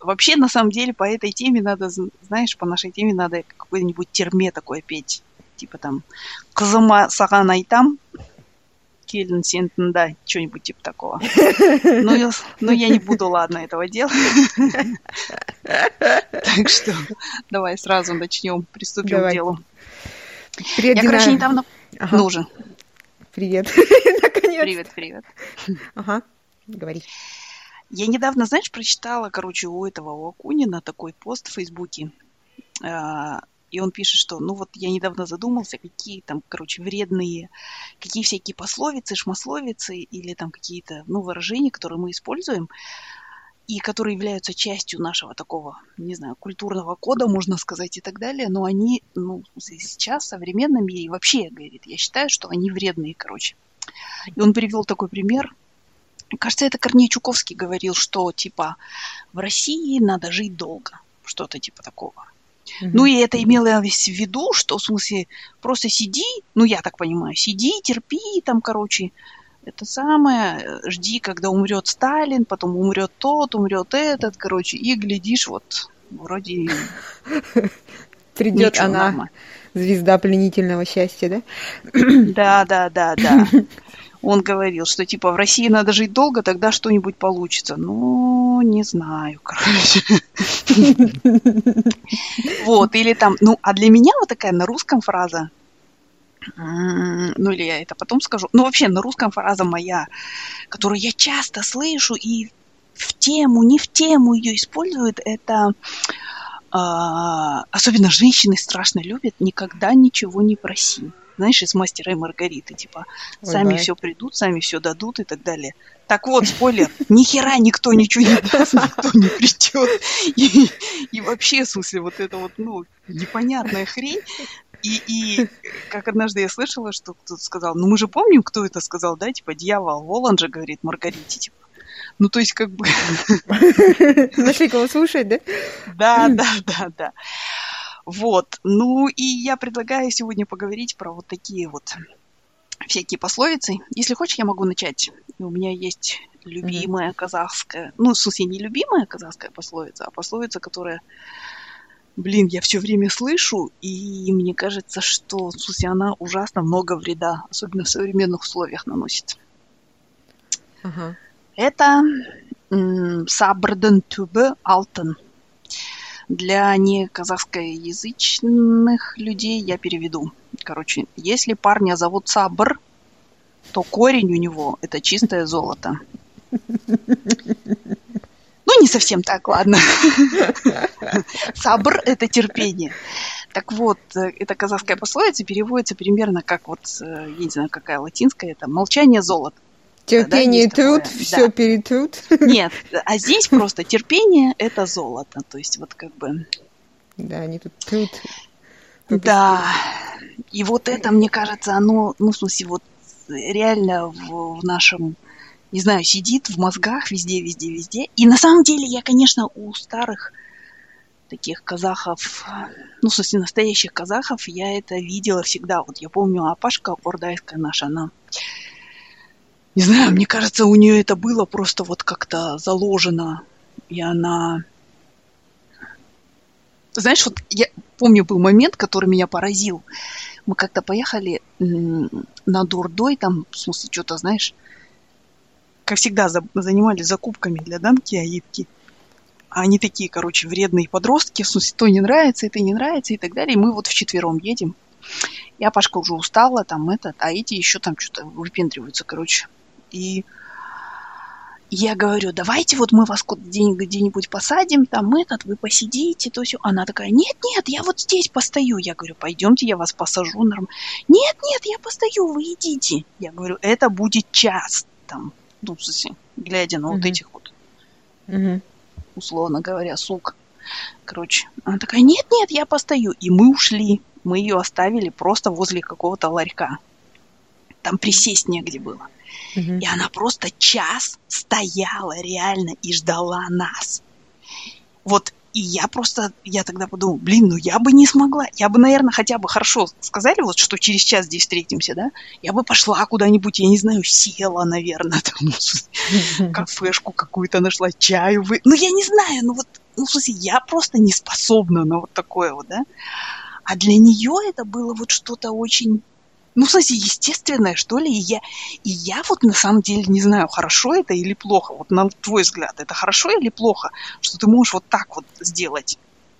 вообще, на самом деле, по этой теме надо, знаешь, по нашей теме надо какое-нибудь терме такое петь. Типа там «Кызыма саған айтам, келін сен тыңда», что-нибудь типа такого. Но я не буду, ладно, этого делать. Так что давай сразу начнем, приступим к Давай. делу. Привет, Я, Дина. короче, недавно... Ага. Ну уже. Привет. Наконец. Привет. Ага, говори. Я недавно, знаешь, прочитала, короче, у Акунина такой пост в Фейсбуке. И он пишет, что, ну вот я недавно задумался, какие там, короче, вредные, какие всякие пословицы, шмасловицы или там какие-то, ну, выражения, которые мы используем, и которые являются частью нашего такого, не знаю, культурного кода, можно сказать, и так далее, но они, ну, сейчас в современном мире, и вообще, говорит, я считаю, что они вредные, короче. И он привел такой пример. Кажется, это Корней Чуковский говорил, что, типа, в России надо жить долго, что-то типа такого. Ну, и это имелось в виду, что, в смысле, просто сиди, ну, я так понимаю, сиди, терпи, там, короче, это самое, жди, когда умрет Сталин, потом умрет тот, умрет этот, короче, и глядишь, вот, вроде... Придет ничего, она, нормально. Звезда пленительного счастья, да? Да. Он говорил, что, типа, в России надо жить долго, тогда что-нибудь получится. Ну, не знаю, короче. Вот, или там, ну, а для меня вот такая на русском фраза, ну, или я это потом скажу, ну, вообще на русском фраза моя, которую я часто слышу и в тему, не в тему ее используют, это особенно женщины страшно любят «никогда ничего не проси». Знаешь, из «Мастера и Маргариты», типа, сами все придут, сами все дадут и так далее. Так вот, спойлер, ни хера никто ничего не даст, никто не придет. И вообще, в смысле, вот это вот, ну, непонятная хрень. И как однажды я слышала, что кто-то сказал, ну мы же помним, кто это сказал, да, типа, дьявол, Волан же говорит Маргарите, типа. Ну, то есть, как бы... Нашли кого слушать, да? Да. Вот. Ну, и я предлагаю сегодня поговорить про вот такие вот всякие пословицы. Если хочешь, я могу начать. У меня есть любимая казахская, ну, в смысле, не любимая казахская пословица, а пословица, которая, блин, я все время слышу, и мне кажется, что, в смысле, она ужасно много вреда, особенно в современных условиях, наносит. Ага. Это «Сабрдын түбі алтын». Для не казахскоязычных людей я переведу. Короче, если парня зовут Сабр, то корень у него – это чистое золото. Ну, не совсем так, ладно. Сабр – это терпение. Так вот, эта казахская пословица переводится примерно как вот, я не знаю, какая латинская, это «молчание золота». Терпение труд, все перетрут. Нет, а здесь просто терпение – это золото. То есть вот как бы… Да, они тут труд. Да, и вот это, мне кажется, оно, ну, в смысле, вот реально в нашем, не знаю, сидит в мозгах везде. И на самом деле я, конечно, у старых таких казахов, ну, в смысле, настоящих казахов, я это видела всегда. Вот я помню, Апашка Ордайская наша, она, не знаю, мне кажется, у нее это было просто вот как-то заложено. И она... Знаешь, вот я помню, был момент, который меня поразил. Мы как-то поехали на Дурдой, там, в смысле, что-то, знаешь, как всегда, занимались закупками для Данки, Аидки. А они такие, короче, вредные подростки, в смысле, то не нравится, это не нравится и так далее. И мы вот вчетвером едем. Я, Пашка, уже устала, там, а эти еще там что-то выпендриваются, короче. И я говорю, давайте вот мы вас где-нибудь посадим, там вы посидите, то все. Она такая, нет, я вот здесь постою. Я говорю, пойдемте, я вас посажу. Нет, я постою, вы идите. Я говорю, это будет час, там, ну, глядя на вот этих вот, условно говоря, сук. Короче, она такая, нет, я постою. И мы ушли. Мы ее оставили просто возле какого-то ларька. Там присесть негде было. И она просто час стояла реально и ждала нас. Вот я тогда подумала, ну я бы не смогла. Я бы, наверное, хотя бы хорошо сказали, вот что через час здесь встретимся, да? Я бы пошла куда-нибудь, я не знаю, села, наверное, там, кафешку какую-то нашла, чаю. Ну, я не знаю, в смысле, я просто не способна на вот такое вот, да? А для нее это было вот что-то очень... в смысле, естественное, что ли, и я вот на самом деле не знаю, хорошо это или плохо. Вот на твой взгляд, это хорошо или плохо, что ты можешь вот так вот сделать?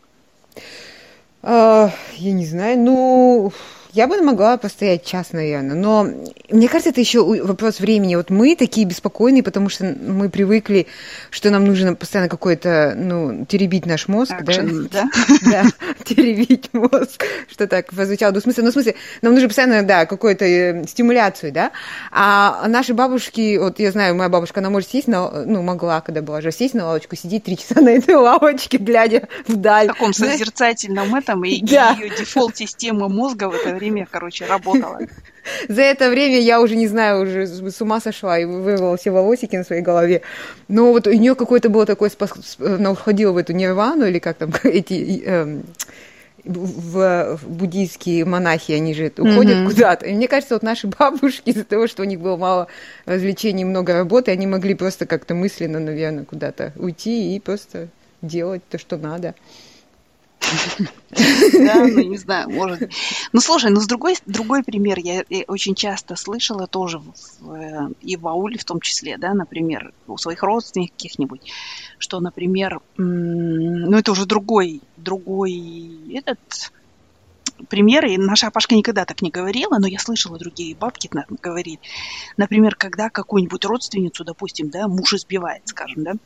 Я не знаю, я бы могла постоять час, наверное, но мне кажется, это еще вопрос времени. Вот мы такие беспокойные, потому что мы привыкли, что нам нужно постоянно какой-то, теребить наш мозг, Action, да? Да, теребить мозг, что так прозвучало. В смысле, нам нужно постоянно, да, какую-то стимуляцию, да? А наши бабушки, вот я знаю, моя бабушка, она может сесть могла, когда была же, сесть на лавочку, сидеть 3 часа на этой лавочке, глядя вдаль. В таком созерцательном этом, и ее дефолт-система мозга в это время, работала. За это время я уже не знаю, уже с ума сошла и вырвала все волосики на своей голове. Но вот у нее какой-то был такой она уходила в эту нирвану, или как там эти в буддийские монахи, они же уходят куда-то. И мне кажется, вот наши бабушки, из-за того, что у них было мало развлечений, много работы, они могли просто как-то мысленно, наверное, куда-то уйти и просто делать то, что надо. Да, не знаю, может. Слушай, другой пример я очень часто слышала тоже и в ауле в том числе, да, например, у своих родственников каких-нибудь, что, например, это уже другой этот пример, и наша Пашка никогда так не говорила, но я слышала другие бабки говорить. Например, когда какую-нибудь родственницу, допустим, да, муж избивает, скажем, да,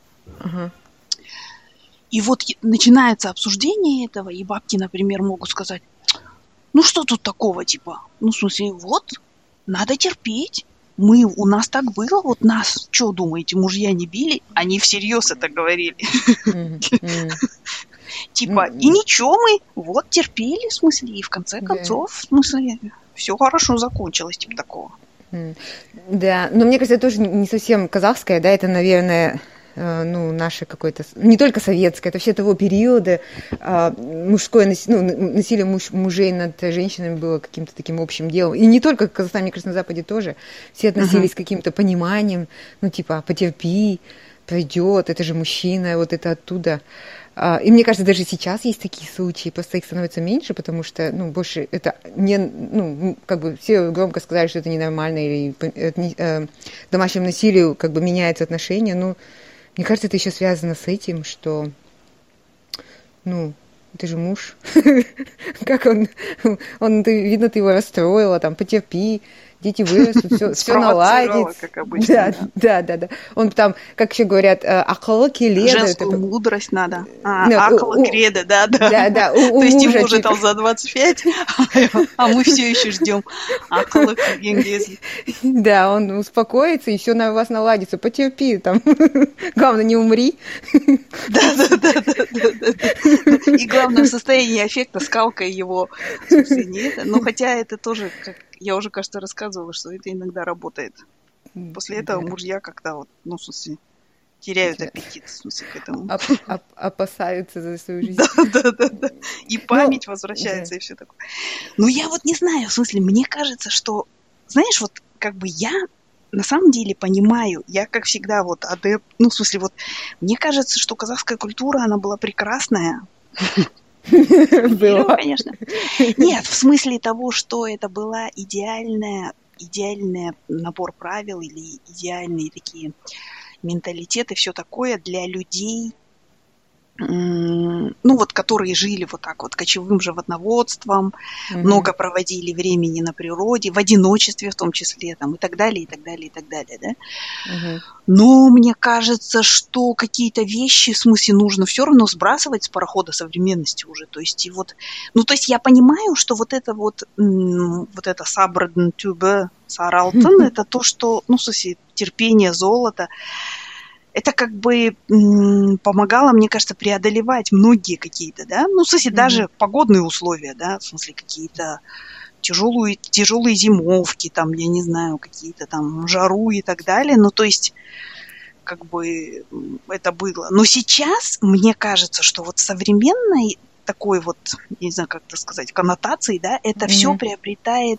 и вот начинается обсуждение этого, и бабки, например, могут сказать, что тут такого, типа, в смысле, вот, надо терпеть. У нас так было, вот нас, что думаете, мужья не били? Они всерьез это говорили. Типа, и ничего мы, вот, терпели, в смысле, и в конце концов, в смысле, все хорошо закончилось, типа такого. Да, но мне кажется, это тоже не совсем казахское, да, это, наверное... наше какое-то, не только советское, это все того периода, мужское насилие мужей над женщинами было каким-то таким общим делом. И не только в Казахстане, мне кажется, на Западе тоже. Все относились с каким-то пониманием, потерпи, пройдет, это же мужчина, вот это оттуда. И мне кажется, даже сейчас есть такие случаи, просто их становится меньше, потому что, больше это не, все громко сказали, что это ненормально, или домашнему насилию меняется отношение, мне кажется, это еще связано с этим, что, это же муж. Как он, видно, ты его расстроила, потерпи, дети вырастут, все наладится. Как обычно. Да. Он там, как еще говорят, акылы келеда. Женскую мудрость надо. Акылы креда, да. Да. То есть ему уже там за 25, а мы все еще ждем акылы кенгези. Да, он успокоится, и все на вас наладится. Потерпи, там. Главное, не умри. Да. И главное, в состоянии аффекта скалкой его. Но хотя это тоже, как я уже, кажется, рассказывала, что это иногда работает. После этого мужья как-то в смысле, теряют аппетит, в смысле, к этому. Опасаются за свою жизнь. Да. И память возвращается, и все такое. Я не знаю, в смысле, мне кажется, что, знаешь, я на самом деле понимаю, я, как всегда, адепт, в смысле, мне кажется, что казахская культура, она была прекрасная. Было, конечно. Нет, в смысле того, что это была идеальный набор правил или идеальные такие менталитеты, все такое для людей, которые жили кочевым животноводством, много проводили времени на природе, в одиночестве в том числе, и так далее, да? Но мне кажется, что какие-то вещи, в смысле, нужно все равно сбрасывать с парохода современности уже, то есть, то есть я понимаю, что это сабрден тюбе саралтен, это то, что, в смысле, терпение, золото, это помогало, мне кажется, преодолевать многие какие-то, да, в смысле, даже погодные условия, да, в смысле, какие-то тяжелые зимовки, там, я не знаю, какие-то там жару и так далее, то есть как бы это было. Но сейчас мне кажется, что вот современной такой вот, не знаю, как это сказать, коннотации, да, это все приобретает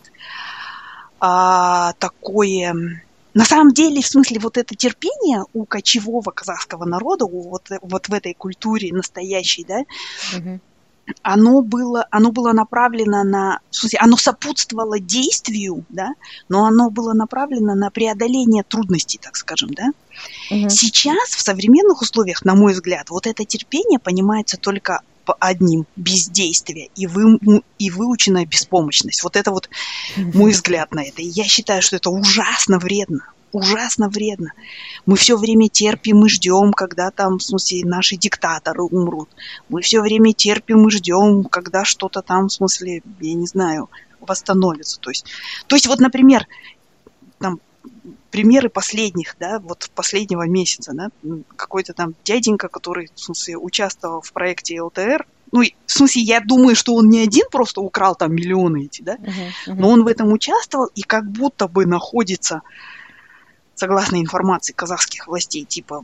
такое... На самом деле, в смысле, вот это терпение у кочевого казахского народа, вот в этой культуре настоящей, да, оно было направлено на... В смысле, оно сопутствовало действию, да, но оно было направлено на преодоление трудностей, так скажем, да. Сейчас, в современных условиях, на мой взгляд, вот это терпение понимается только по одним – бездействие и выученная беспомощность. Вот это вот мой взгляд на это. И я считаю, что это ужасно вредно. Ужасно вредно. Мы все время терпим и ждем, когда там, в смысле, наши диктаторы умрут. Мы все время терпим и ждем, когда что-то там, в смысле, я не знаю, восстановится. То есть вот, например, там, примеры последних, да, вот последнего месяца, да, какой-то там дяденька, который, в смысле, участвовал в проекте ЛТР, ну, в смысле, я думаю, что он не один просто украл там миллионы эти, да, но он в этом участвовал и как будто бы находится, согласно информации казахских властей, типа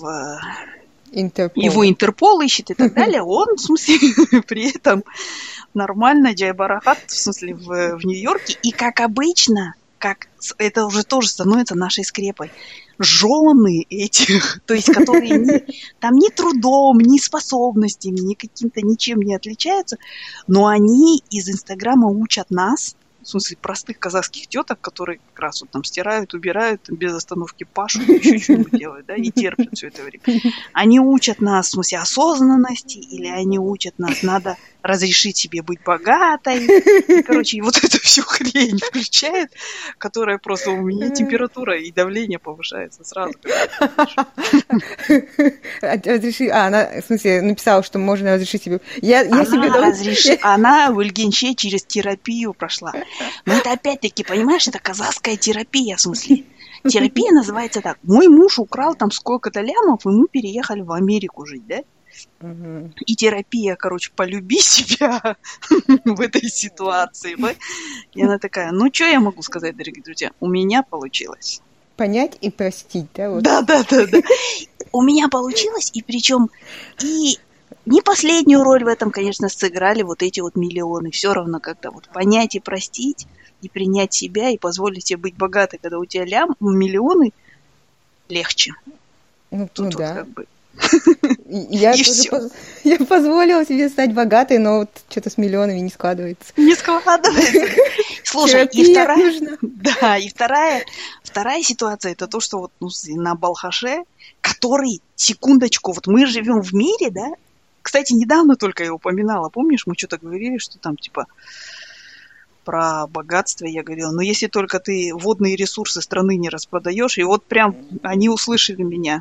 его Интерпол ищет и так далее, он, в смысле, при этом нормально джайбарахат, в смысле, в Нью-Йорке, и как обычно, как это уже тоже становится нашей скрепой, жены этих, то есть которые там ни трудом, ни способностями, ни каким-то ничем не отличаются, но они из Инстаграма учат нас, в смысле простых казахских теток, которые как раз вот там стирают, убирают, без остановки пашут, еще что-нибудь делают, да, и терпят все это время. Они учат нас, в смысле, осознанности, или они учат нас, надо разрешить себе быть богатой. И, короче, и вот эту всю хрень включает, которая просто у меня температура и давление повышается сразу. Разреши, она, в смысле, написала, что можно разрешить себе. Она в Ильгенче через терапию прошла. Но это опять-таки, понимаешь, это казахская терапия, в смысле. Терапия называется так. Мой муж украл там сколько-то лямов, и мы переехали в Америку жить, да? И терапия, короче, полюби себя в этой ситуации. И она такая, ну, что я могу сказать, дорогие друзья? У меня получилось. Понять и простить, да? Вот. Да. У меня получилось, и причем и не последнюю роль в этом, конечно, сыграли вот эти вот миллионы. Все равно как-то вот понять и простить, и принять себя, и позволить себе быть богатой, когда у тебя миллионы, легче. Ну, тут да. Вот как бы... Я позволила себе стать богатой, но вот что-то с миллионами не складывается. Не складывается. Слушай, и вторая ситуация, это то, что вот на Балхаше, который, секундочку, вот мы живем в мире, да? Кстати, недавно только я упоминала, помнишь, мы что-то говорили, что там типа про богатство, я говорила, но если только ты водные ресурсы страны не распродаешь, и вот прям они услышали меня.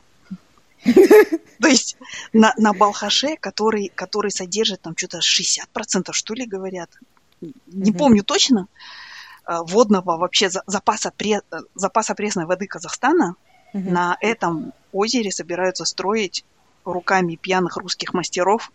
То есть на Балхаше, который содержит там что-то 60%, что ли, говорят, не помню точно, водного вообще запаса пресной воды Казахстана, на этом озере собираются строить руками пьяных русских мастеров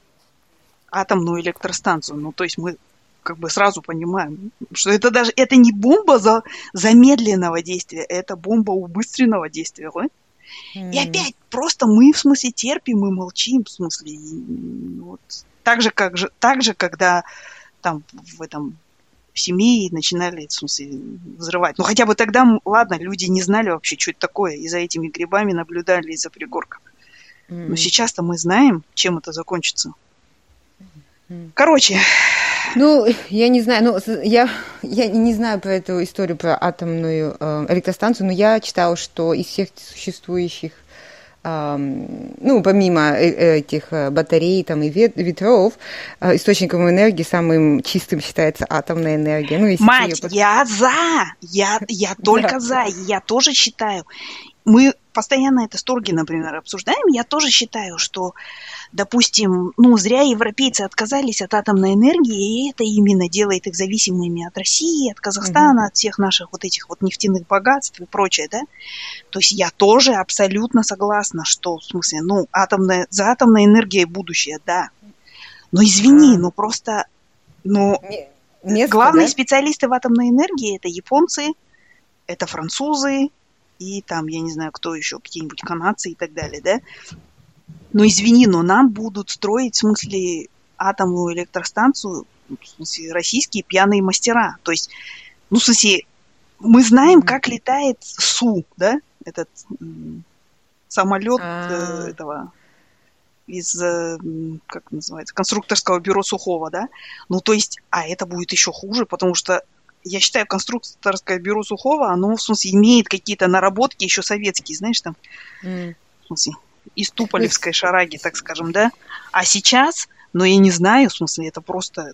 атомную электростанцию. Ну, то есть мы как бы сразу понимаем, что это не бомба замедленного действия, это бомба убыстренного действия. И опять просто мы, в смысле, терпим и молчим, в смысле, вот. Так же, когда там в семье начинали, в смысле, взрывать. Ну, хотя бы тогда, ладно, люди не знали вообще, что это такое, и за этими грибами наблюдали из-за пригорка. Но сейчас-то мы знаем, чем это закончится. Короче... Ну, я не знаю, я не знаю про эту историю про атомную электростанцию, но я читала, что из всех существующих, помимо этих батарей там, и ветров, источником энергии самым чистым считается атомная энергия. Ну, мать, я за! Я только за! Я тоже считаю. Мы постоянно это с Торги, например, обсуждаем. Я тоже считаю, что, допустим, зря европейцы отказались от атомной энергии, и это именно делает их зависимыми от России, от Казахстана, от всех наших вот этих вот нефтяных богатств и прочее, да. То есть я тоже абсолютно согласна, что, в смысле, за атомной энергией будущее, да. Но извини, главные специалисты в атомной энергии – это японцы, это французы, и там, я не знаю, кто еще, какие-нибудь канадцы и так далее, да? Но извини, но нам будут строить, в смысле, атомную электростанцию, в смысле, российские пьяные мастера. То есть, ну, в смысле, мы знаем, как летает Су, да? Этот самолет этого из, как называется, конструкторского бюро Сухого, да? Ну, то есть, а это будет еще хуже, потому что я считаю, конструкторское бюро Сухого, оно, в смысле, имеет какие-то наработки еще советские, знаешь, там, в смысле, из туполевской шараги, так скажем, да? А сейчас, ну, я не знаю, в смысле, это просто,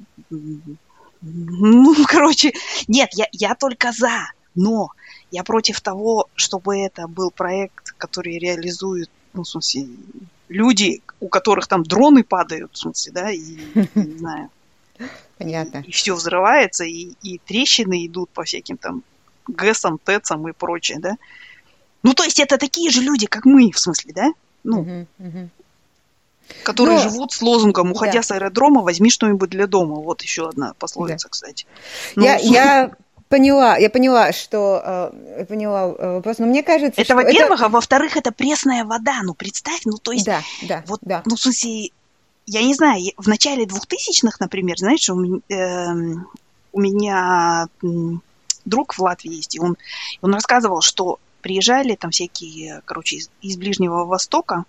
ну, короче, нет, я только за, но я против того, чтобы это был проект, который реализует, ну, в смысле, люди, у которых там дроны падают, в смысле, да, и не знаю. Понятно. И все взрывается, и трещины идут по всяким там ГЭСам, ТЭЦам и прочее, да. Ну, то есть это такие же люди, как мы, в смысле, да? Ну, которые живут с лозунгом «Уходя с аэродрома, возьми что-нибудь для дома». Вот еще одна пословица, кстати. Ну, я поняла, что поняла вопрос, но мне кажется, это, что во-первых, а во-вторых, это пресная вода, ну, представь, ну, то есть, ну, в смысле, я не знаю, в начале 2000-х, например, знаешь, у меня друг в Латвии есть, и он рассказывал, что приезжали там всякие, короче, из Ближнего Востока,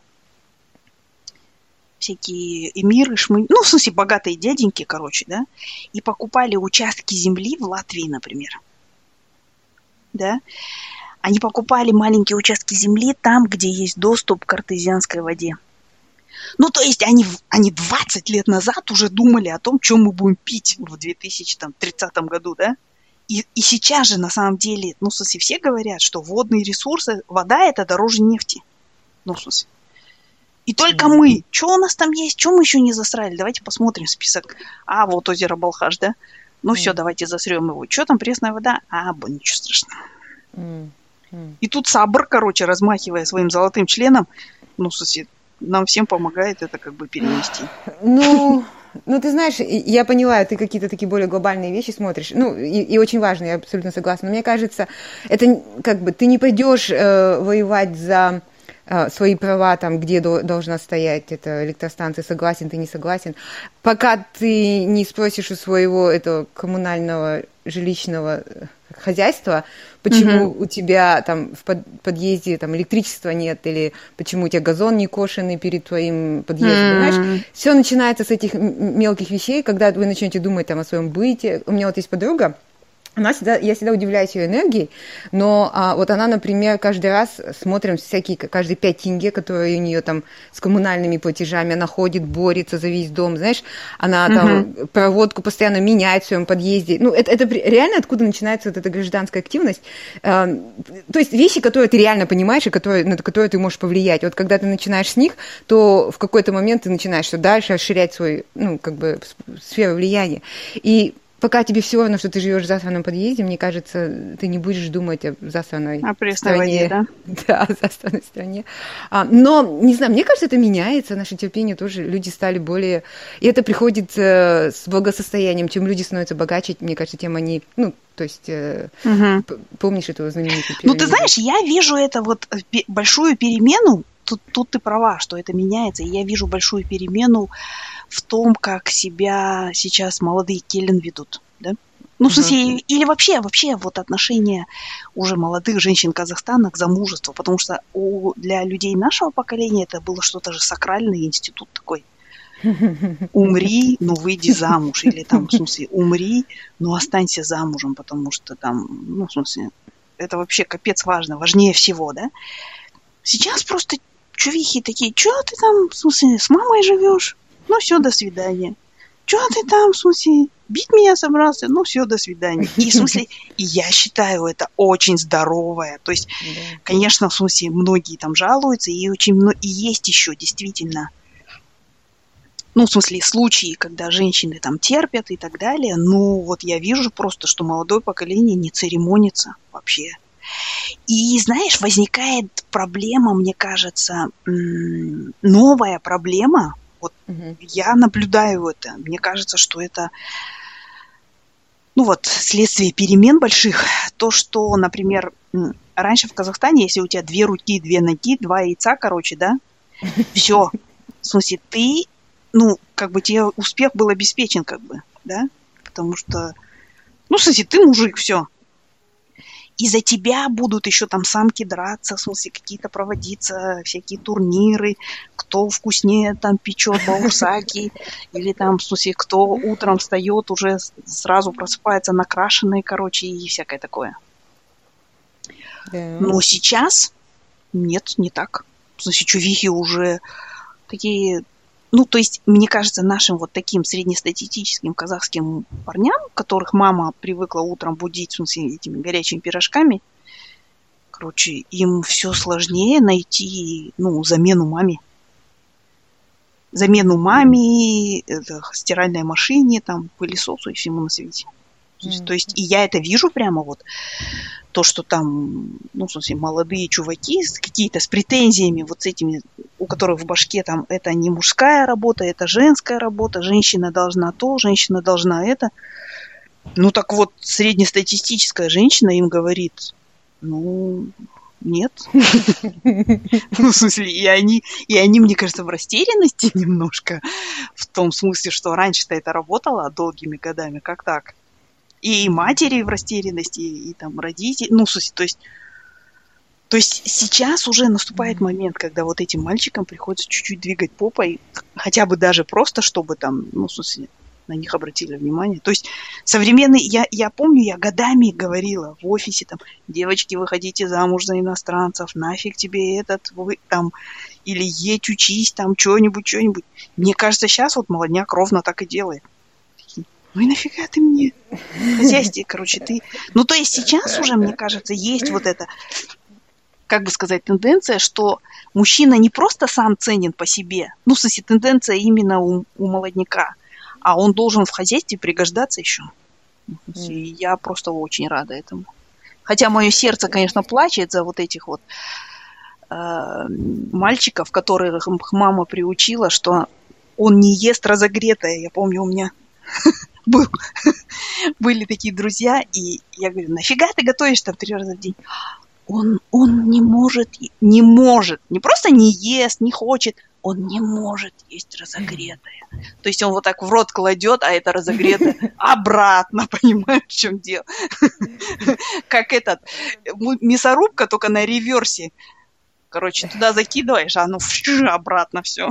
всякие эмиры, ну, в смысле, богатые дяденьки, короче, да, и покупали участки земли в Латвии, например, да, они покупали маленькие участки земли там, где есть доступ к артезианской воде. Ну, то есть они 20 лет назад уже думали о том, что мы будем пить в 2030 году, да? И сейчас же, на самом деле, ну, в смысле, все говорят, что водные ресурсы, вода – это дороже нефти. Ну, в смысле. И только мы. Что у нас там есть? Что мы еще не засрали? Давайте посмотрим список. А, вот озеро Балхаш, да? Ну, все, давайте засрем его. Что там, пресная вода? Ничего страшного. И тут Сабр, короче, размахивая своим золотым членом, ну, в смысле, нам всем помогает это как бы перенести. Ну, ты знаешь, я поняла, ты какие-то такие более глобальные вещи смотришь. Ну, и очень важно, я абсолютно согласна. Но мне кажется, это как бы ты не пойдешь воевать за свои права, там, где должна стоять эта электростанция, согласен ты, не согласен, пока ты не спросишь у своего этого коммунального жилищного хозяйства, почему у тебя там в подъезде там электричества нет, или почему у тебя газон не кошенный перед твоим подъездом, понимаешь? Все начинается с этих мелких вещей, когда вы начнете думать там о своем быте. У меня вот есть подруга, я всегда удивляюсь ее энергией, но вот она, например, каждый раз смотрим каждые 5 тенге, которые у нее там с коммунальными платежами, она ходит, борется за весь дом, знаешь, она там проводку постоянно меняет в своем подъезде. Ну, это реально откуда начинается вот эта гражданская активность. То есть вещи, которые ты реально понимаешь, и на которые ты можешь повлиять. Вот когда ты начинаешь с них, то в какой-то момент ты начинаешь дальше расширять свой, ну, как бы, сферу влияния. И пока тебе все равно, что ты живешь в засранном подъезде, мне кажется, ты не будешь думать о засранной пресной воде, да? Да, о засранной стране. Но, не знаю, мне кажется, это меняется, наше терпение тоже, люди стали более... И это приходит с благосостоянием. Чем люди становятся богаче, мне кажется, тем они... Ну, то есть, помнишь эту знаменитую пирамиду? Ну, ты знаешь, я вижу это вот большую перемену, тут ты права, что это меняется, и я вижу большую перемену в том, как себя сейчас молодые келен ведут, да? Ну, в смысле, или вообще вот отношение уже молодых женщин Казахстана к замужеству, потому что для людей нашего поколения это было что-то же сакральный институт такой. Умри, но выйди замуж, или там, в смысле, умри, но останься замужем, потому что там, ну, в смысле, это вообще капец важно, важнее всего, да? Сейчас просто чувихи такие, что ты там, в смысле, с мамой живешь? Ну, все, до свидания. Что ты там, в смысле, бить меня собрался? Ну, все, до свидания. И, в смысле, и я считаю, это очень здоровое. То есть, конечно, в смысле, многие там жалуются, и и есть еще действительно, ну, в смысле, случаи, когда женщины там терпят и так далее. Но вот я вижу просто, что молодое поколение не церемонится вообще. И, знаешь, возникает проблема, мне кажется, новая проблема. Вот я наблюдаю это. Мне кажется, что это, ну вот, следствие перемен больших. То, что, например, раньше в Казахстане, если у тебя 2 руки, 2 ноги, 2 яйца, короче, да, все. В смысле, ты, ну, как бы тебе успех был обеспечен, как бы, да, потому что, ну, в смысле, ты мужик, все. И за тебя будут еще там самки драться, в смысле, какие-то проводиться, всякие турниры, кто вкуснее там печет баурсаки, или там, в смысле, кто утром встает, уже сразу просыпается накрашенный, короче, и всякое такое. Да. Но сейчас нет, не так. В смысле, чувихи уже такие... Ну, то есть, мне кажется, нашим вот таким среднестатистическим казахским парням, которых мама привыкла утром будить, в смысле, этими горячими пирожками, короче, им все сложнее найти, ну, замену маме. Замену маме, стиральной машине, там, пылесосу и всему на свете. То есть, и я это вижу прямо вот, то, что там, ну, в смысле, молодые чуваки какие-то с претензиями вот с этими, у которых в башке там это не мужская работа, это женская работа, женщина должна то, женщина должна это. Ну, так вот, среднестатистическая женщина им говорит, ну, нет. Ну, в смысле, и они, мне кажется, в растерянности немножко, в том смысле, что раньше-то это работало долгими годами, как так? И матери в растерянности, и там родители, ну, то есть сейчас уже наступает момент, когда вот этим мальчикам приходится чуть-чуть двигать попой, хотя бы даже просто, чтобы там, ну, в смысле, на них обратили внимание. То есть современный, я помню, я годами говорила в офисе, там, девочки, выходите замуж за иностранцев, нафиг тебе этот, вы там, или едь, учись, там, что-нибудь. Мне кажется, сейчас вот молодняк ровно так и делает. Ну и нафига ты мне? В хозяйстве, короче, ты... Ну, то есть сейчас уже, мне кажется, есть вот эта, как бы сказать, тенденция, что мужчина не просто сам ценен по себе, ну, в смысле, тенденция именно у молодняка, а он должен в хозяйстве пригождаться еще. И я просто очень рада этому. Хотя мое сердце, конечно, плачет за вот этих вот мальчиков, которых мама приучила, что он не ест разогретое. Я помню, у меня... Были такие друзья, и я говорю, нафига ты готовишь там 3 раза в день? Он не может, не просто не ест, не хочет, он не может есть разогретое. То есть он вот так в рот кладет, а это разогретое обратно, понимаешь, в чем дело? Как этот мясорубка, только на реверсе. Короче, туда закидываешь, а оно обратно все.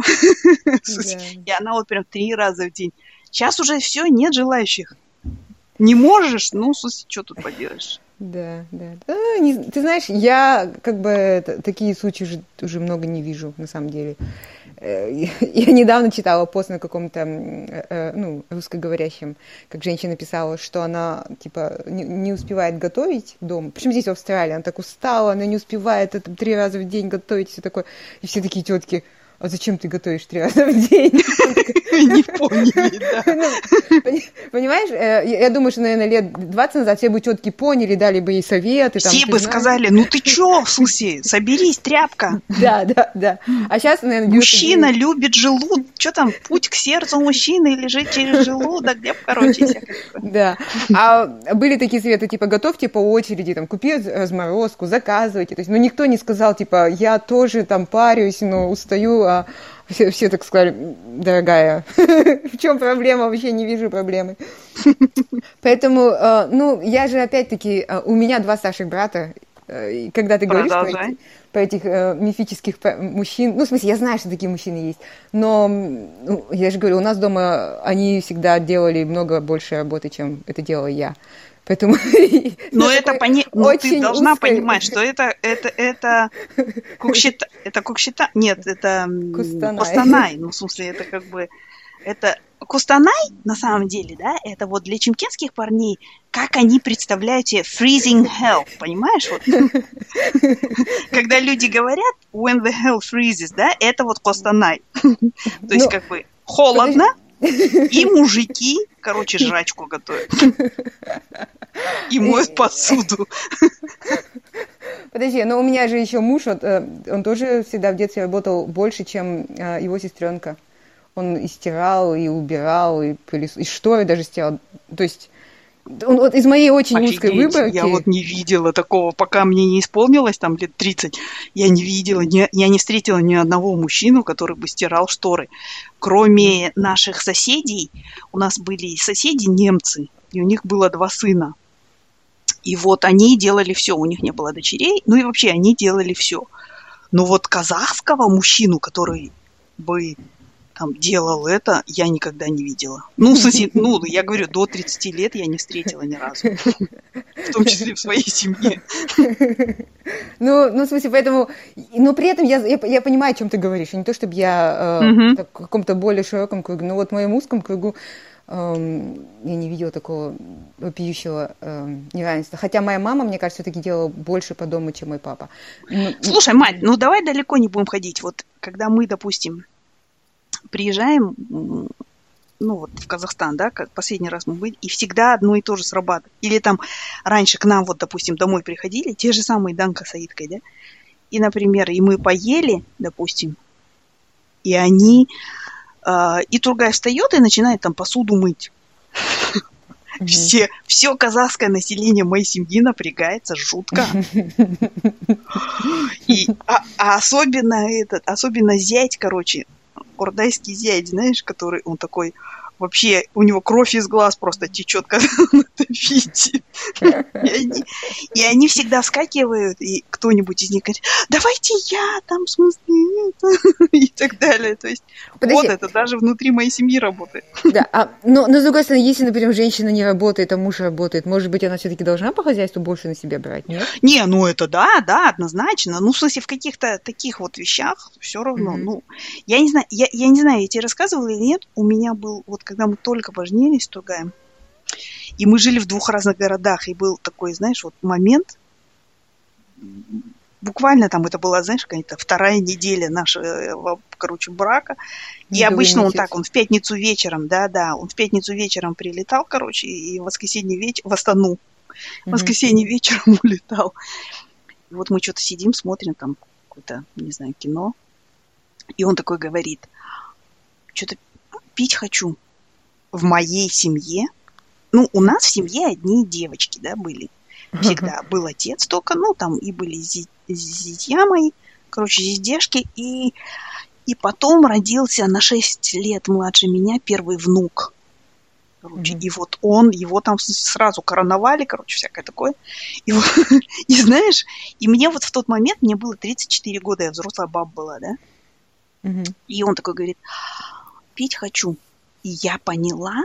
И она вот прям 3 раза в день. Сейчас уже все, нет желающих. Не можешь, ну, слушай, что тут поделаешь? Да. Ты знаешь, я как бы такие случаи уже много не вижу, на самом деле. Я недавно читала пост на каком-то, ну, русскоговорящем, как женщина писала, что она, типа, не успевает готовить дома. Причем здесь, в Австралии, она так устала, она не успевает 3 раза в день готовить, все такое. И все такие тетки, а зачем ты готовишь 3 раза в день? Не поняли, да. Понимаешь, я думаю, что, наверное, лет 20 назад все бы тетки поняли, дали бы ей советы. Все бы сказали, ну ты чё, в смысле, соберись, тряпка. Да. А сейчас, наверное, мужчина любит желудок. Что там, путь к сердцу мужчины лежит через желудок, где, короче, всякое. Да. А были такие советы, типа, готовьте по очереди, там, купи разморозку, заказывайте. То есть, ну, никто не сказал, типа, я тоже там парюсь, но устаю, а все так сказали, дорогая, в чем проблема, вообще не вижу проблемы. Поэтому, ну, я же опять-таки, у меня 2 старших брата, и когда ты говоришь про этих мифических мужчин, ну, в смысле, я знаю, что такие мужчины есть, но, ну, я же говорю, у нас дома они всегда делали много больше работы, чем это делала я. Поэтому... Но это ты должна понимать, что это кукшита. Это кукшита? Нет, это Костанай. Ну, в смысле, это как бы... Это Костанай, на самом деле, да, это вот для чемкенских парней, как они представляют себе freezing hell, понимаешь? Вот. Когда люди говорят when the hell freezes, да, это вот Костанай. То есть, как бы, холодно, и мужики, короче, жрачку готовят. И моют посуду. Подожди, но у меня же еще муж, он тоже всегда в детстве работал больше, чем его сестренка. Он и стирал, и убирал, и шторы даже стирал. То есть Вот из моей очень узкой Офигеть, выборки... я вот не видела такого, пока мне не исполнилось там лет 30, я не видела, я не встретила ни одного мужчину, который бы стирал шторы. Кроме наших соседей, у нас были соседи немцы, и у них было 2 сына. И вот они делали все, у них не было дочерей, ну и вообще они делали все. Но вот казахского мужчину, который бы там делал это, я никогда не видела. Ну, я говорю, до 30 лет я не встретила ни разу. В том числе в своей семье. Ну, в смысле, поэтому... Но при этом я понимаю, о чем ты говоришь. Не то, чтобы я в каком-то более широком кругу, но вот в моем узком кругу я не видела такого вопиющего неравенства. Хотя моя мама, мне кажется, все-таки делала больше по дому, чем мой папа. Слушай, мать, ну давай далеко не будем ходить. Вот когда мы, допустим, приезжаем, ну вот в Казахстан, да, как последний раз мы были, и всегда одно и то же срабатывает. Или там раньше к нам, вот, допустим, домой приходили, те же самые Данка с Аидкой, да, и, например, и мы поели, допустим, и они, и Тургай встает и начинает там посуду мыть. Все казахское население моей семьи напрягается жутко. Особенно зять, короче, ордайский зять, знаешь, который, он такой, вообще, у него кровь из глаз просто течет, когда он это видит. И они всегда вскакивают, и кто-нибудь из них говорит, давайте я там, в смысле, и так далее. То есть, вот это даже внутри моей семьи работает. Да, но с другой стороны, если, например, женщина не работает, а муж работает, может быть, она все-таки должна по хозяйству больше на себя брать, нет? Не, ну это да, однозначно. Ну, в смысле, в каких-то таких вот вещах все равно. Ну, я не знаю, я тебе рассказывала или нет, у меня был, вот когда мы только поженились с Тургаем, и мы жили в 2 разных городах, и был такой, знаешь, вот момент, буквально там это была, знаешь, какая-то 2-я неделя нашего, короче, брака, и обычно он в пятницу вечером, он в пятницу вечером прилетал, короче, и в воскресенье вечером, в Астану, в воскресенье вечером улетал. И вот мы что-то сидим, смотрим там какое-то, не знаю, кино, и он такой говорит, что-то пить хочу. В моей семье, ну, у нас в семье одни девочки, да, были. Всегда был отец только, ну, там и были зятья мои, короче, зятешки, и потом родился на 6 лет младше меня первый внук. Короче, и вот его там сразу короновали, короче, всякое такое. И знаешь, и мне вот в тот момент, мне было 34 года, я взрослая баба была, да. И он такой говорит, пить хочу. И я поняла,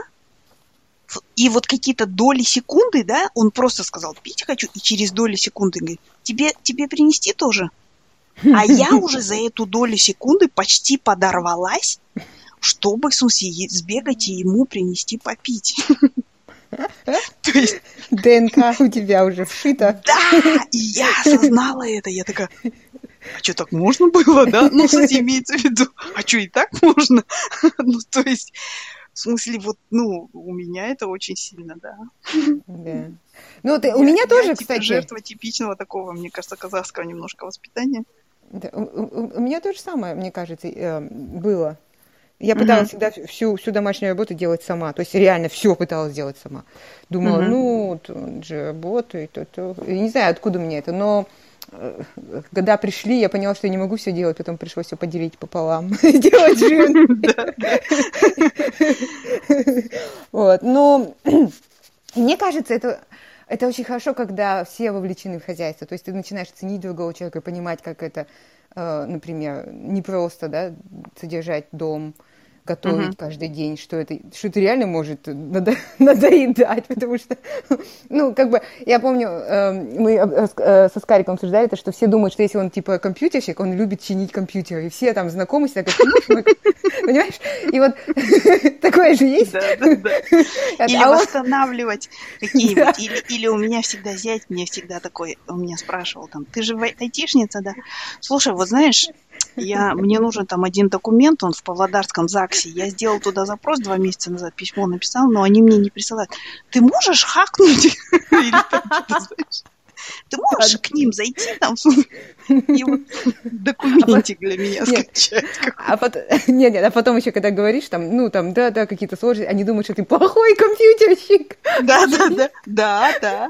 и вот какие-то доли секунды, да, он просто сказал, пить хочу, и через доли секунды говорит, тебе принести тоже? А я уже за эту долю секунды почти подорвалась, чтобы, в смысле, сбегать и ему принести попить. То есть ДНК у тебя уже вшита. Да, и я осознала это, я такая... А что, так можно было, да? Ну, кстати, имеется в виду, а что, и так можно? Ну, то есть, в смысле, вот, ну, у меня это очень сильно, да. Да. Ну, у меня тоже, кстати... жертва типичного такого, мне кажется, казахского немножко воспитания. Да, у меня то же самое, мне кажется, было. Я пыталась всегда всю домашнюю работу делать сама. То есть реально все пыталась делать сама. Думала, ну, он же работает. Я не знаю, откуда мне это, но... Когда пришли, я поняла, что я не могу все делать, потом пришлось все поделить пополам, делать жирно. Вот, но мне кажется, это очень хорошо, когда все вовлечены в хозяйство, то есть ты начинаешь ценить другого человека и понимать, как это, например, непросто, да, содержать дом, готовить каждый день, что это реально может надоедать, потому что, ну, как бы, я помню, мы со Скариком обсуждали это, что все думают, что если он, типа, компьютерщик, он любит чинить компьютеры, и все там знакомы, все говорят, понимаешь? И вот такое же есть. Да. Или восстанавливать какие-нибудь, или у меня всегда зять, мне всегда такой, он меня спрашивал, там, ты же айтишница, да? Слушай, вот знаешь, мне нужен там один документ, он в Павлодарском ЗАГСе. Я сделал туда запрос 2 месяца назад, письмо написал, но они мне не присылают. Ты можешь хакнуть? Ты можешь к ним зайти там и вот документик для меня скачать. Нет, а потом еще, когда говоришь, там, ну, там, да, какие-то сложности, они думают, что ты плохой компьютерщик. Да.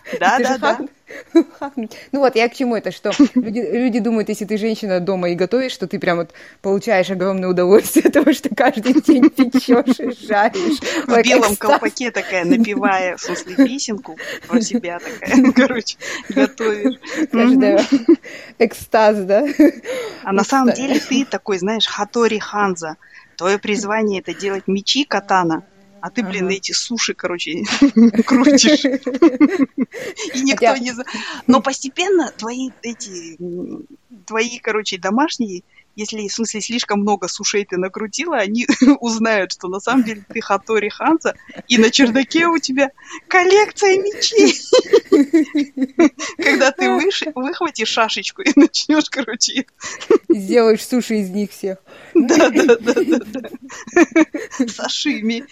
Ну вот, я к чему это, что люди думают, если ты женщина дома и готовишь, что ты прям вот получаешь огромное удовольствие от того, что каждый день печешь и жаришь. В белом колпаке такая, напевая, в смысле, песенку про себя такая, короче, готовишь. Каждая экстаз, да? А на самом деле ты такой, знаешь, Хатори Ханза. Твое призвание — это делать мечи катана. А ты, блин, эти суши, короче, крутишь. И никто не знает. Но постепенно твои, короче, домашние, если, в смысле, слишком много сушей ты накрутила, они узнают, что на самом деле ты Хатори Ханза, и на чердаке у тебя коллекция мечей. Когда ты выхватишь шашечку и начнешь, короче... Сделаешь суши из них всех. Да. Сашими.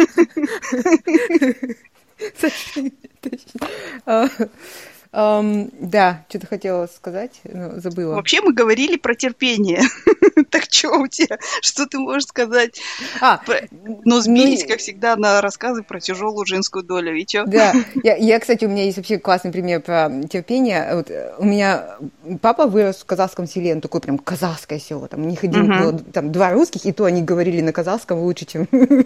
Сашими, точно. Да, что-то хотела сказать, но забыла. Вообще мы говорили про терпение. Так что у тебя? Что ты можешь сказать? Но сбились, как всегда, на рассказы про тяжелую женскую долю. И что? Да, я, кстати, у меня есть вообще классный пример про терпение. Вот, у меня папа вырос в казахском селе, ну, такое прям казахское село. Там у них было там 2 русских, и то они говорили на казахском лучше, чем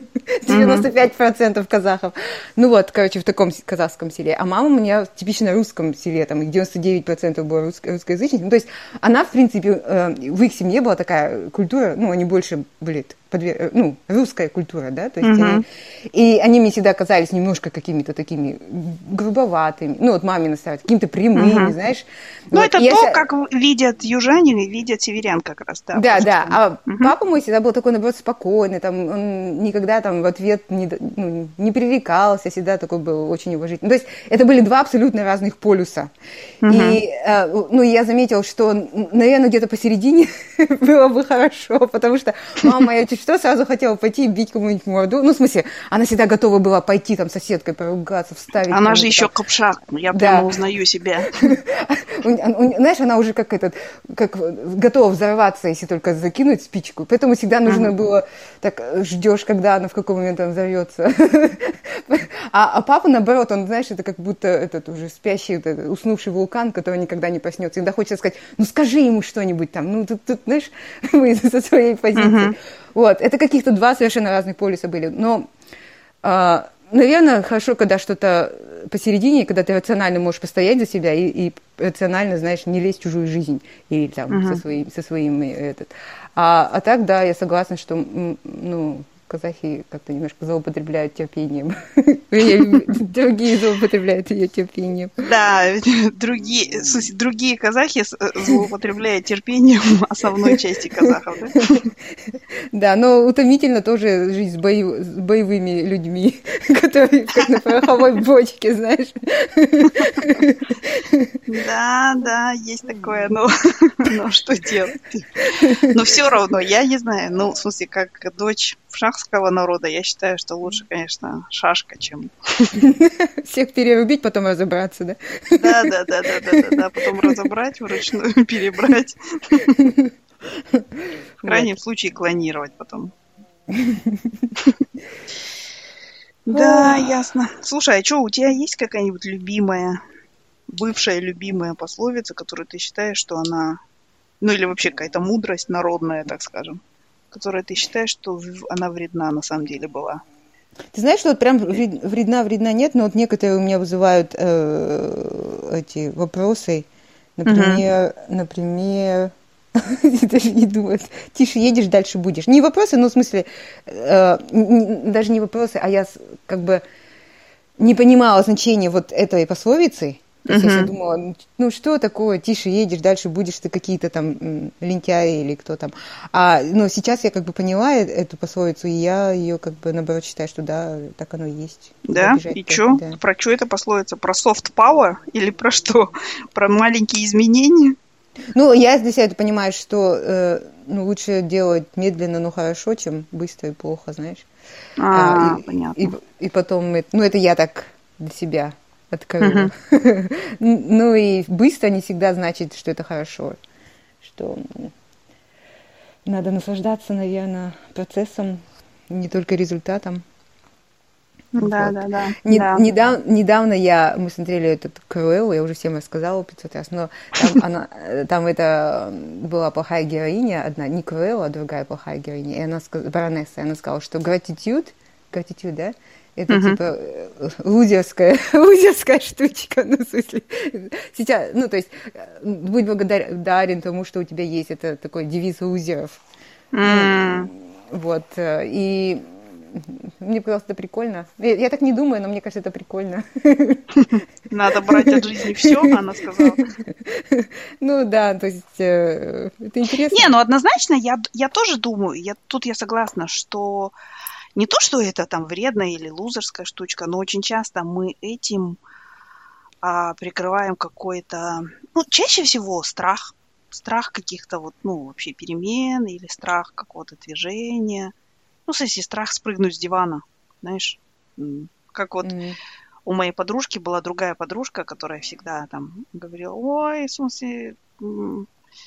95% казахов. Ну вот, короче, в таком казахском селе. А мама у меня в типично русском селе, там, и 99% было русскоязычных. Ну, то есть она, в принципе, в их семье была такая культура, ну, они больше были, русская культура, да, то есть и они мне всегда казались немножко какими-то такими грубоватыми, ну, вот мамины стараются, какими-то прямыми, знаешь. Ну, вот. Это то, как видят южане и видят северян как раз, да. Да. А папа мой всегда был такой, наоборот, спокойный, там, он никогда там в ответ не пререкался, всегда такой был очень уважительный. То есть это были 2 абсолютно разных полюса. И, ну, я заметила, что, наверное, где-то посередине было бы хорошо, потому что мама моя что сразу хотела пойти и бить кому-нибудь морду. Ну, в смысле, она всегда готова была пойти там с соседкой поругаться, вставить. Она же еще копшак, я прямо узнаю себя. Знаешь, она уже как готова взорваться, если только закинуть спичку. Поэтому всегда нужно было, так, ждешь, когда она в какой момент она взорвется. А папа, наоборот, он, знаешь, это как будто этот уже спящий, уснувший вулкан, который никогда не проснется. Всегда хочется сказать, ну, скажи ему что-нибудь там. Ну, тут знаешь, мы со своей позиции. Вот, это каких-то 2 совершенно разных полюса были. Но, наверное, хорошо, когда что-то посередине, когда ты рационально можешь постоять за себя и рационально, знаешь, не лезть в чужую жизнь или там со своим А так, да, я согласна, что, ну, казахи как-то немножко злоупотребляют терпением. Другие злоупотребляют ее терпением. Да, другие казахи злоупотребляют терпением основной части казахов, да? Да, но утомительно тоже жить с боевыми людьми, которые как на пороховой бочке, знаешь. Да, есть такое, но что делать? Но все равно, я не знаю, ну, в смысле, как дочь шахского народа, я считаю, что лучше, конечно, шашка, чем... Всех перерубить, потом разобраться, да? Да, потом разобрать, вручную перебрать. В крайнем случае клонировать потом. Да, ясно. Слушай, а что, у тебя есть какая-нибудь любимая, бывшая любимая пословица, которую ты считаешь, что она... Ну, или вообще какая-то мудрость народная, так скажем, которая ты считаешь, что она вредна на самом деле была? Ты знаешь, что вот прям вредна нет, но вот некоторые у меня вызывают эти вопросы. Например, даже не думаю, тише едешь, дальше будешь. Не вопросы, но в смысле, даже не вопросы, а я как бы не понимала значения вот этой пословицы. То есть я думала, ну что такое, тише едешь, дальше будешь, ты какие-то там лентяи или кто там. Но сейчас я как бы поняла эту пословицу, и я ее как бы наоборот считаю, что да, так оно и есть. Да? И что? Да. Про что эта пословица? Про soft power или про что? Про маленькие изменения? Ну, я для себя это понимаю, что лучше делать медленно, но хорошо, чем быстро и плохо, знаешь. Понятно. И потом, ну, это я так для себя от корова. Ну и быстро не всегда значит, что это хорошо. Что надо наслаждаться, наверное, процессом, не только результатом. Да, Вот. да, да. Да. Недавно мы смотрели этот Круэллу, я уже всем рассказала 500 раз, но там это была плохая героиня, одна, не Круэлла, а другая плохая героиня, и она баронесса, и она сказала, что гратитюд, да, это типа лузерская штучка, ну, в смысле, сейчас, ну, то есть, будь благодарен тому, что у тебя есть, это такой девиз лузеров. Вот, и мне показалось, это прикольно. Я так не думаю, но мне кажется, это прикольно. Надо брать от жизни все, она сказала. Ну да, то есть это интересно. Не, ну однозначно, я тоже думаю, тут я согласна, что не то, что это там вредная или лузерская штучка, но очень часто мы этим прикрываем какой-то, ну, чаще всего страх каких-то вот, ну, вообще перемен или страх какого-то движения. Ну, кстати, страх спрыгнуть с дивана, знаешь, как вот у моей подружки была другая подружка, которая всегда там говорила, ой, в смысле, в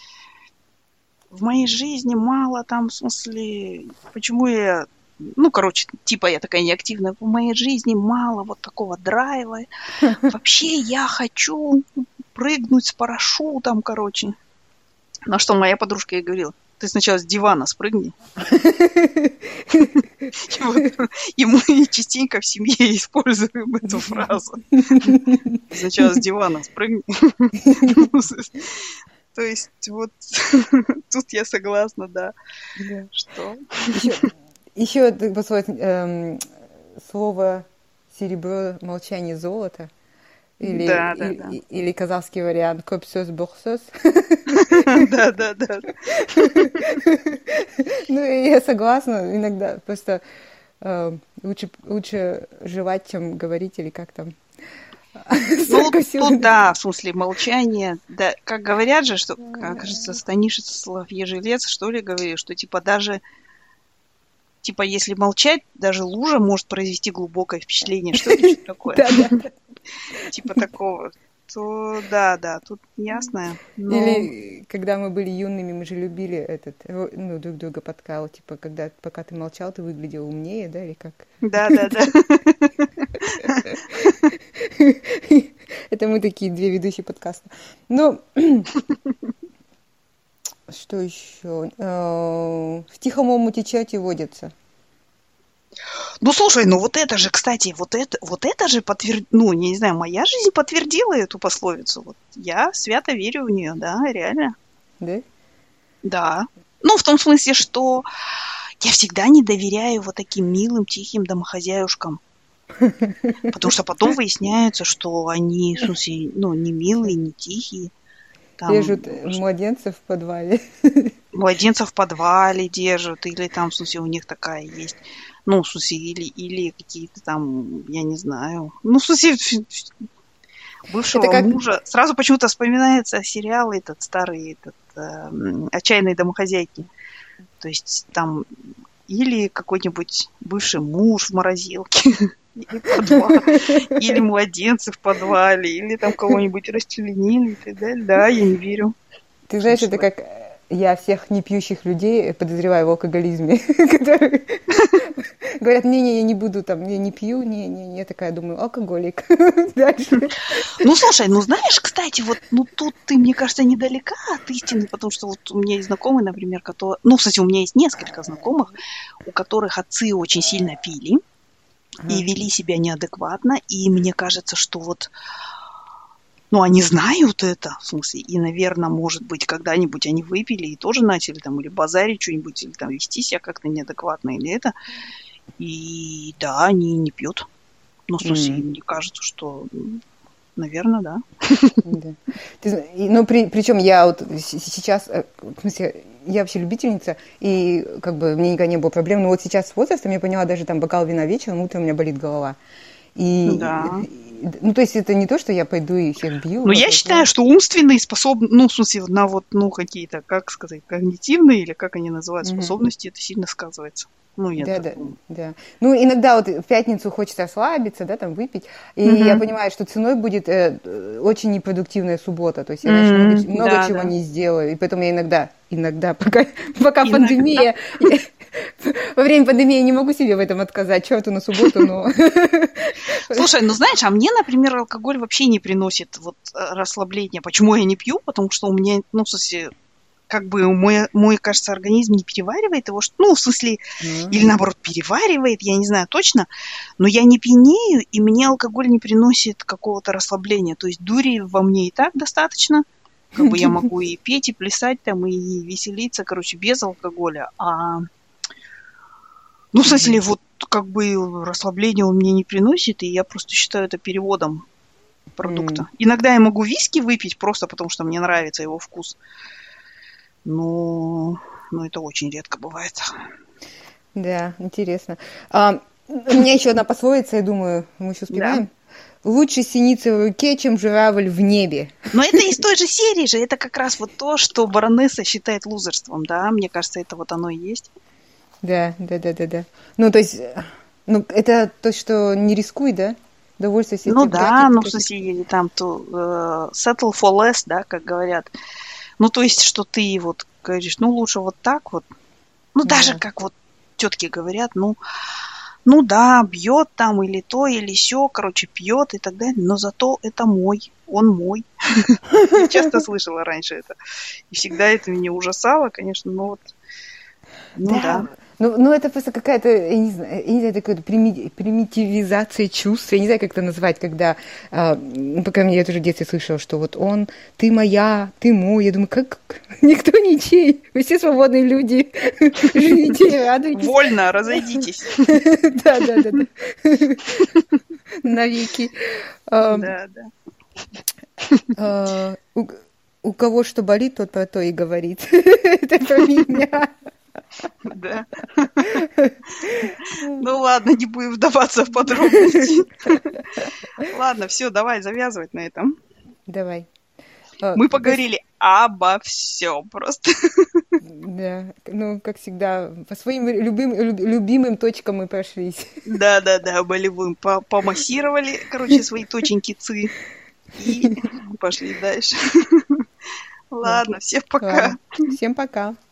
моей жизни мало там, в смысле, почему я, ну, короче, типа я такая неактивная, в моей жизни мало вот такого драйва, вообще я хочу прыгнуть с парашютом, короче. На что моя подружка ей говорила, ты сначала с дивана спрыгни. И мы частенько в семье используем эту фразу. Сначала с дивана спрыгни. То есть вот тут я согласна, да. Что? Еще слово серебро, молчание, золото. Или казахский вариант «көпсөз бөхсөз». Да. Ну, я согласна, иногда просто лучше жевать, чем говорить, или как там. Ну, тут да, в смысле молчание. Да, как говорят же, что, кажется, Станишица Соловье Жилец, что ли, говорит, что типа даже, типа если молчать, даже лужа может произвести глубокое впечатление, что ли, что такое. Да. Типа такого, то да, тут ясно. Но... Или когда мы были юными, мы же любили друг друга подкал, типа, пока ты молчал, ты выглядел умнее, да, или как? Да. Это мы такие две ведущие подкаста. Ну, что еще? В Тихом омуте чати водятся. Ну, слушай, ну вот это же, кстати, вот это же ну, не знаю, моя жизнь подтвердила эту пословицу. Вот я свято верю в нее, да, реально. Да? Да. Ну, в том смысле, что я всегда не доверяю вот таким милым, тихим домохозяюшкам. Потому что потом выясняется, что они, в смысле, ну, не милые, не тихие. Там, режут младенцев в подвале. Младенцев в подвале держат, или там, в смысле, у них такая есть, ну, в смысле, или какие-то там, я не знаю, ну, в смысле, бывшего мужа. Сразу почему-то вспоминается сериал этот старый, «Отчаянные домохозяйки». То есть там или какой-нибудь бывший муж в морозилке, или подвал, или младенцы в подвале, или там кого-нибудь расчленили и так далее. Да, я не верю. Ты знаешь, это как я всех непьющих людей подозреваю в алкоголизме, которые говорят, не, я не буду там, я не пью, не, я такая думаю, алкоголик. Дальше. Ну, слушай, ну знаешь, кстати, вот, ну тут ты, мне кажется, недалека от истины, потому что вот у меня есть знакомый, например, который, ну, кстати, у меня есть несколько знакомых, у которых отцы очень сильно пили и вели себя неадекватно, и мне кажется, что вот, ну, они знают это, в смысле, и, наверное, может быть, когда-нибудь они выпили и тоже начали там или базарить что-нибудь, или там вести себя как-то неадекватно, или это. И да, они не пьют. Ну, в смысле, мне кажется, что, наверное, да. Да. Ну, причем я вот сейчас, в смысле, я вообще любительница, и как бы мне никогда не было проблем, но вот сейчас с возрастом я поняла, даже там бокал вина вечером, утром у меня болит голова. И, да. Ну, то есть это не то, что я пойду и всех бью. Но я считаю, что умственные способности, ну, в смысле, на вот, ну, какие-то, как сказать, когнитивные, или как они называют, способности, это сильно сказывается. Ну, я Да, так да, думаю. да. Ну, иногда вот в пятницу хочется расслабиться, да, там выпить, и я понимаю, что ценой будет очень непродуктивная суббота, то есть я, значит, много Да, чего да. не сделаю, и поэтому я иногда, пока Иногда. пандемия, во время пандемии я не могу себе в этом отказать, черту на субботу, но... Слушай, ну знаешь, а мне, например, алкоголь вообще не приносит вот расслабления. Почему я не пью? Потому что у меня, ну, в смысле, как бы мой, кажется, организм не переваривает его, ну, в смысле, или наоборот переваривает, я не знаю точно, но я не пьянею, и мне алкоголь не приносит какого-то расслабления. То есть дури во мне и так достаточно, как бы я могу и петь, и плясать там, и веселиться, короче, без алкоголя. Ну, в смысле, вот как бы расслабление он мне не приносит, и я просто считаю это переводом продукта. Иногда я могу виски выпить просто потому, что мне нравится его вкус. Но это очень редко бывает. Да, интересно. У меня еще одна пословица, я думаю, мы еще успеваем. Да. Лучше синица в руке, чем журавль в небе. Но это из той же серии же. Это как раз вот то, что баронесса считает лузерством, да? Мне кажется, это вот оно и есть. Да. Ну, то есть, ну, это то, что не рискуй, да? Довольствуйся ну тем, да, ну, в смысле, или там то settle for less, да, как говорят. Ну, то есть, что ты вот говоришь, ну, лучше вот так вот. Ну, даже как вот тетки говорят, ну да, бьет там или то, или сё, короче, пьет и так далее, но зато это мой, он мой. Я часто слышала раньше это. И всегда это меня ужасало, конечно, но вот, ну да. Ну, это просто какая-то, я не знаю, такая примитивизация чувств, я не знаю, как это назвать, когда, по крайней мере, я тоже в детстве слышала, что вот он, ты моя, ты мой, я думаю, как никто ничей, вы все свободные люди, живите, радуйтесь. Вольно, разойдитесь. Да. Навеки. Да. У кого что болит, тот про то и говорит. Это про меня. Да. Ну ладно, не будем вдаваться в подробности. Ладно, все, давай завязывать на этом. Давай. Мы поговорили обо всем просто. Да, ну, как всегда, по своим любимым точкам мы прошлись. Да, болевым. Помассировали, короче, свои точеньки ЦИ. И пошли дальше. Ладно, всем пока. Всем пока.